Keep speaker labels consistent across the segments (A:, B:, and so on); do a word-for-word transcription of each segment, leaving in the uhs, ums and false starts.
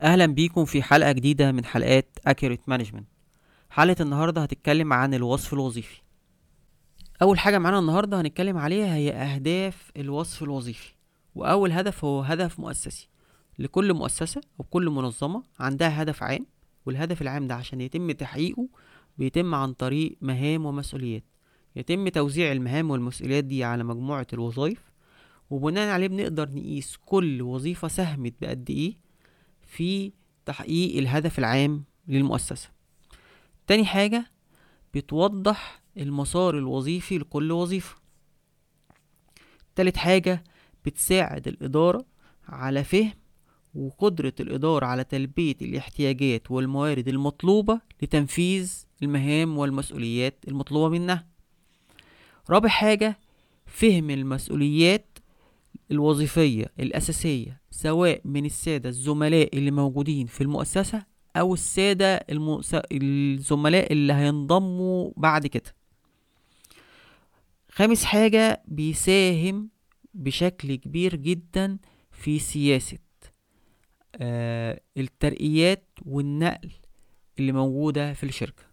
A: اهلا بيكم في حلقة جديدة من حلقات Accurate Management. حلقة النهاردة هتتكلم عن الوصف الوظيفي. اول حاجة معانا النهاردة هنتكلم عليها هي اهداف الوصف الوظيفي، واول هدف هو هدف مؤسسي. لكل مؤسسة او كل منظمة عندها هدف عام، والهدف العام ده عشان يتم تحقيقه بيتم عن طريق مهام ومسؤوليات. يتم توزيع المهام والمسؤوليات دي على مجموعة الوظائف، وبناء عليه بنقدر نقيس كل وظيفة ساهمت بقد ايه في تحقيق الهدف العام للمؤسسة. تاني حاجة بتوضح المسار الوظيفي لكل وظيفة. تالت حاجة بتساعد الإدارة على فهم وقدرة الإدارة على تلبية الاحتياجات والموارد المطلوبة لتنفيذ المهام والمسؤوليات المطلوبة منها. رابع حاجة فهم المسؤوليات الوظيفية الأساسية، سواء من السادة الزملاء اللي موجودين في المؤسسة أو السادة المؤس... الزملاء اللي هينضموا بعد كده. خامس حاجة بيساهم بشكل كبير جدا في سياسة آه الترقيات والنقل اللي موجودة في الشركة.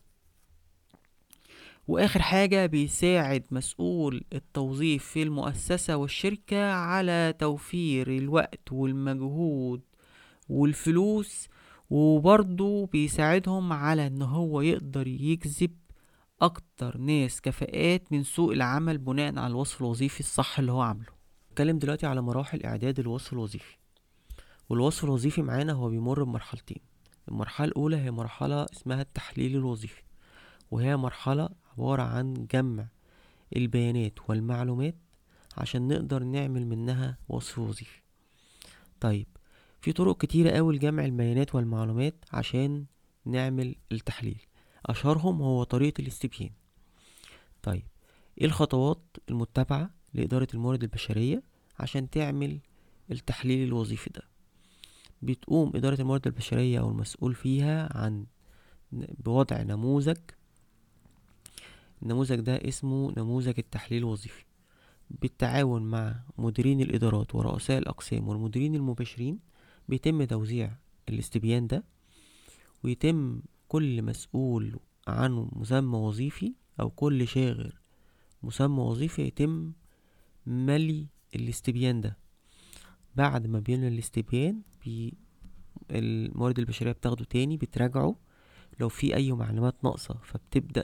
A: واخر حاجة بيساعد مسؤول التوظيف في المؤسسة والشركة على توفير الوقت والمجهود والفلوس، وبرضه بيساعدهم على ان هو يقدر يجذب اكتر ناس كفاءات من سوق العمل بناء على الوصف الوظيفي الصح اللي هو عامله. نتكلم دلوقتي على مراحل اعداد الوصف الوظيفي. والوصف الوظيفي معانا هو بيمر بمرحلتين. المرحلة الاولى هي مرحلة اسمها التحليل الوظيفي، وهي مرحلة عبارة عن جمع البيانات والمعلومات عشان نقدر نعمل منها وصف وظيفي. طيب، في طرق كتيرة اوي لجمع البيانات والمعلومات عشان نعمل التحليل. اشهرهم هو طريقة الاستبيان. طيب، ايه الخطوات المتبعة لإدارة الموارد البشرية عشان تعمل التحليل الوظيفي ده؟ بتقوم إدارة الموارد البشرية أو المسؤول فيها عن بوضع نموذج. النموذج ده اسمه نموذج التحليل الوظيفي، بالتعاون مع مديرين الإدارات ورؤساء الأقسام والمديرين المباشرين. بيتم توزيع الاستبيان ده، ويتم كل مسؤول عنه مسمى وظيفي أو كل شاغر مسمى وظيفي يتم ملي الاستبيان ده. بعد ما بيملى الاستبيان بي الموارد البشرية بتاخده تاني بتراجعه، لو في أي معلومات ناقصة فبتبدأ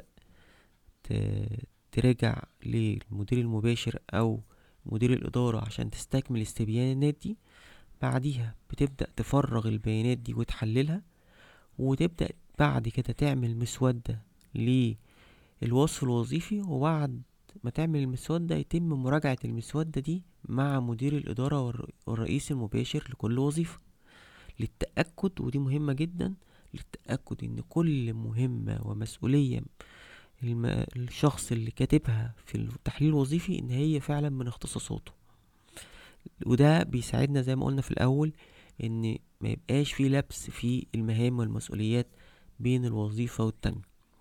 A: ترجع للمدير المباشر او مدير الادارة عشان تستكمل الاستبيانات دي. بعديها بتبدأ تفرغ البيانات دي وتحللها، وتبدأ بعد كده تعمل مسودة للوصف الوظيفي. وبعد ما تعمل المسودة يتم مراجعة المسودة دي مع مدير الادارة والرئيس المباشر لكل وظيفة، للتأكد، ودي مهمة جدا، للتأكد ان كل مهمة ومسؤولية الم... الشخص اللي كاتبها في التحليل الوظيفي ان هي فعلا من اختصاصاته. وده بيساعدنا زي ما قلنا في الاول ان ما يبقاش في لبس في المهام والمسؤوليات بين الوظيفة والتانية.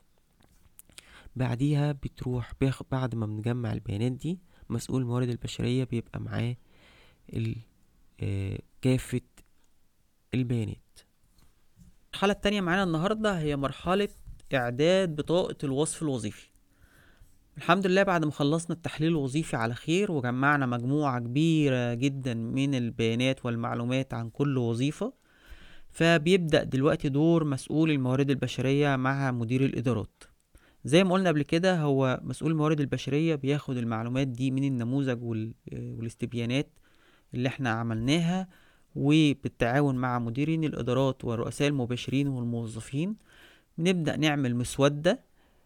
A: بعديها بتروح بيخ... بعد ما بنجمع البيانات دي، مسؤول الموارد البشرية بيبقى معاه ال... آه... كافة البيانات. المرحلة التانية معانا النهاردة هي مرحلة اعداد بطاقة الوصف الوظيفي. الحمد لله بعد ما خلصنا التحليل الوظيفي على خير وجمعنا مجموعة كبيرة جدا من البيانات والمعلومات عن كل وظيفة، فبيبدأ دلوقتي دور مسؤول الموارد البشرية مع مدير الإدارات. زي ما قلنا قبل كده، هو مسؤول الموارد البشرية بياخد المعلومات دي من النموذج والاستبيانات اللي احنا عملناها، وبالتعاون مع مديرين الإدارات ورؤساء المباشرين والموظفين بنبدأ نعمل مسودة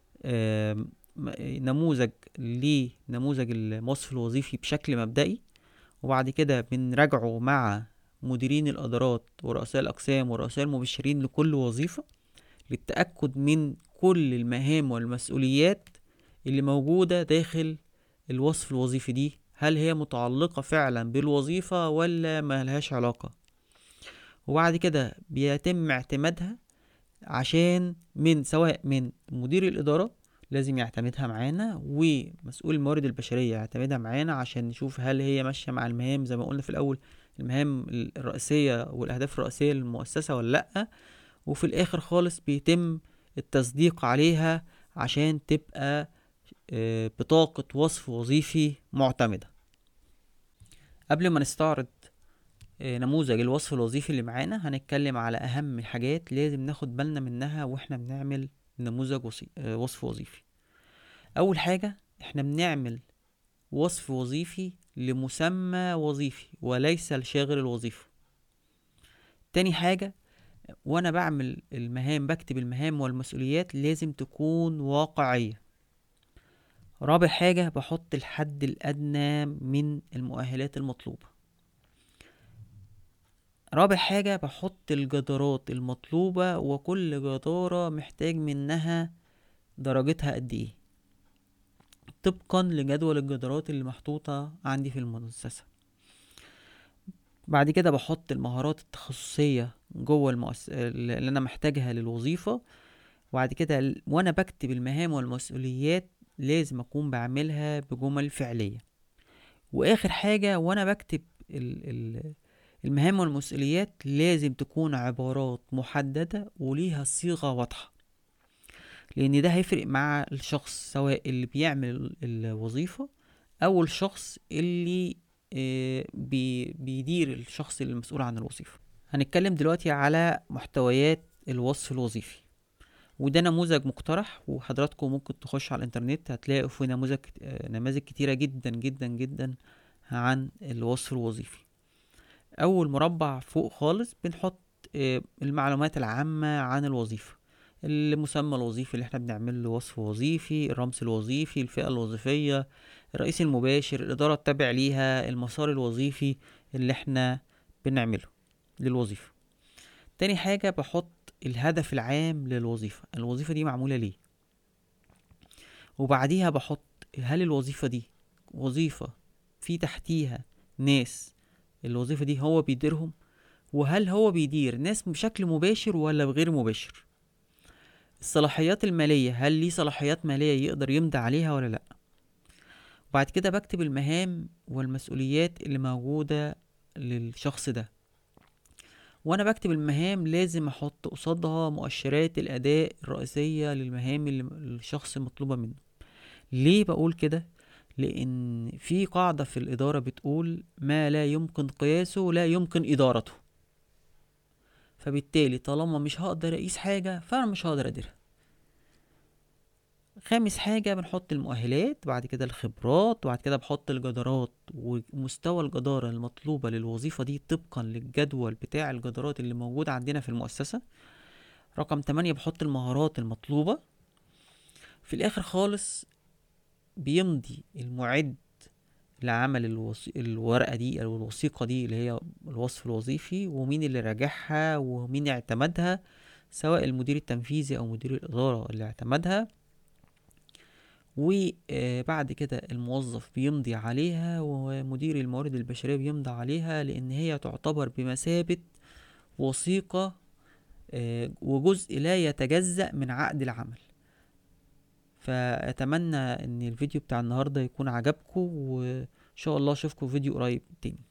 A: نموذج لنموذج الوصف الوظيفي بشكل مبدئي، وبعد كده بنراجعه مع مديرين الادارات ورؤساء الاقسام ورؤساء المباشرين لكل وظيفة، للتأكد من كل المهام والمسؤوليات اللي موجودة داخل الوصف الوظيفي دي، هل هي متعلقة فعلا بالوظيفة ولا ما لهاش علاقة. وبعد كده بيتم اعتمادها عشان من سواء من مدير الإدارة لازم يعتمدها معانا، ومسؤول الموارد البشرية يعتمدها معانا عشان نشوف هل هي ماشية مع المهام زي ما قلنا في الأول المهام الرئيسية والاهداف الرئيسية للمؤسسة ولا لأ، وفي الاخر خالص بيتم التصديق عليها عشان تبقى آه، بطاقة وصف وظيفي معتمدة. قبل ما نستعرض آه، نموذج الوصف الوظيفي اللي معانا، هنتكلم على اهم الحاجات لازم ناخد بالنا منها واحنا بنعمل نموذج وصي... آه، وصف وظيفي. اول حاجة، احنا بنعمل وصف وظيفي لمسمى وظيفي وليس لشاغل الوظيفة. تاني حاجة، وانا بعمل المهام بكتب المهام والمسؤوليات لازم تكون واقعية. رابع حاجة، بحط الحد الأدنى من المؤهلات المطلوبة. رابع حاجة، بحط الجدارات المطلوبة وكل جدارة محتاج منها درجتها قد ايه طبقا لجدول الجدارات اللي محطوطة عندي في المؤسسة. بعد كده بحط المهارات التخصصية جوه المؤس... اللي انا محتاجها للوظيفة. وبعد كده ال- وانا بكتب المهام والمسؤوليات لازم اكون بعملها بجمل فعلية. واخر حاجة، وانا بكتب ال... ال... المهام والمسؤوليات لازم تكون عبارات محددة وليها صيغة واضحة، لان ده هيفرق مع الشخص سواء اللي بيعمل ال- الوظيفة او الشخص اللي آه، بي بيدير الشخص اللي مسؤول عن الوظيفة. هنتكلم دلوقتي على محتويات الوصف الوظيفي، وده نموذج مقترح، وحضراتكم ممكن تخش على الانترنت هتلاقوا في نموذج آه، نماذج كتيرة جدا جدا جدا عن الوصف الوظيفي. اول مربع فوق خالص بنحط آه، المعلومات العامة عن الوظيفة: المسمى الوظيفي اللي احنا بنعمل له وصف وظيفي، الرمز الوظيفي، الفئة الوظيفية، الرئيس المباشر، الإدارة التابع ليها، المسار الوظيفي اللي احنا بنعمله للوظيفة. تاني حاجة، بحط الهدف العام للوظيفة، الوظيفة دي معمولة ليه. وبعديها بحط هل الوظيفة دي وظيفة في تحتيها ناس الوظيفة دي هو بيديرهم، وهل هو بيدير ناس بشكل مباشر ولا بغير مباشر. الصلاحيات المالية، هل ليه صلاحيات مالية يقدر يمضي عليها ولا لأ. وبعد كده بكتب المهام والمسؤوليات اللي موجودة للشخص ده. وانا بكتب المهام لازم احط قصادها مؤشرات الاداء الرئيسية للمهام اللي الشخص مطلوبة منه. ليه بقول كده؟ لان في قاعدة في الادارة بتقول ما لا يمكن قياسه لا يمكن ادارته. فبالتالي طالما مش هقدر اقيس حاجة فانا مش هقدر اديرها. خامس حاجة، بنحط المؤهلات، بعد كده الخبرات، وبعد كده بحط الجدارات ومستوى الجدارة المطلوبة للوظيفة دي طبقا للجدول بتاع الجدارات اللي موجود عندنا في المؤسسة. رقم تمانية، بحط المهارات المطلوبة. في الاخر خالص بيمضي المعد لعمل الوصي... الورقة دي او الوثيقة دي اللي هي الوصف الوظيفي، ومين اللي راجعها ومين اعتمدها، سواء المدير التنفيذي او مدير الادارة اللي اعتمدها. وبعد كده الموظف بيمضي عليها ومدير الموارد البشرية بيمضي عليها، لان هي تعتبر بمثابة وثيقة آه، وجزء لا يتجزأ من عقد العمل. فأتمنى ان الفيديو بتاع النهاردة يكون عجبكم، وان شاء الله اشوفكم فيديو قريب تاني.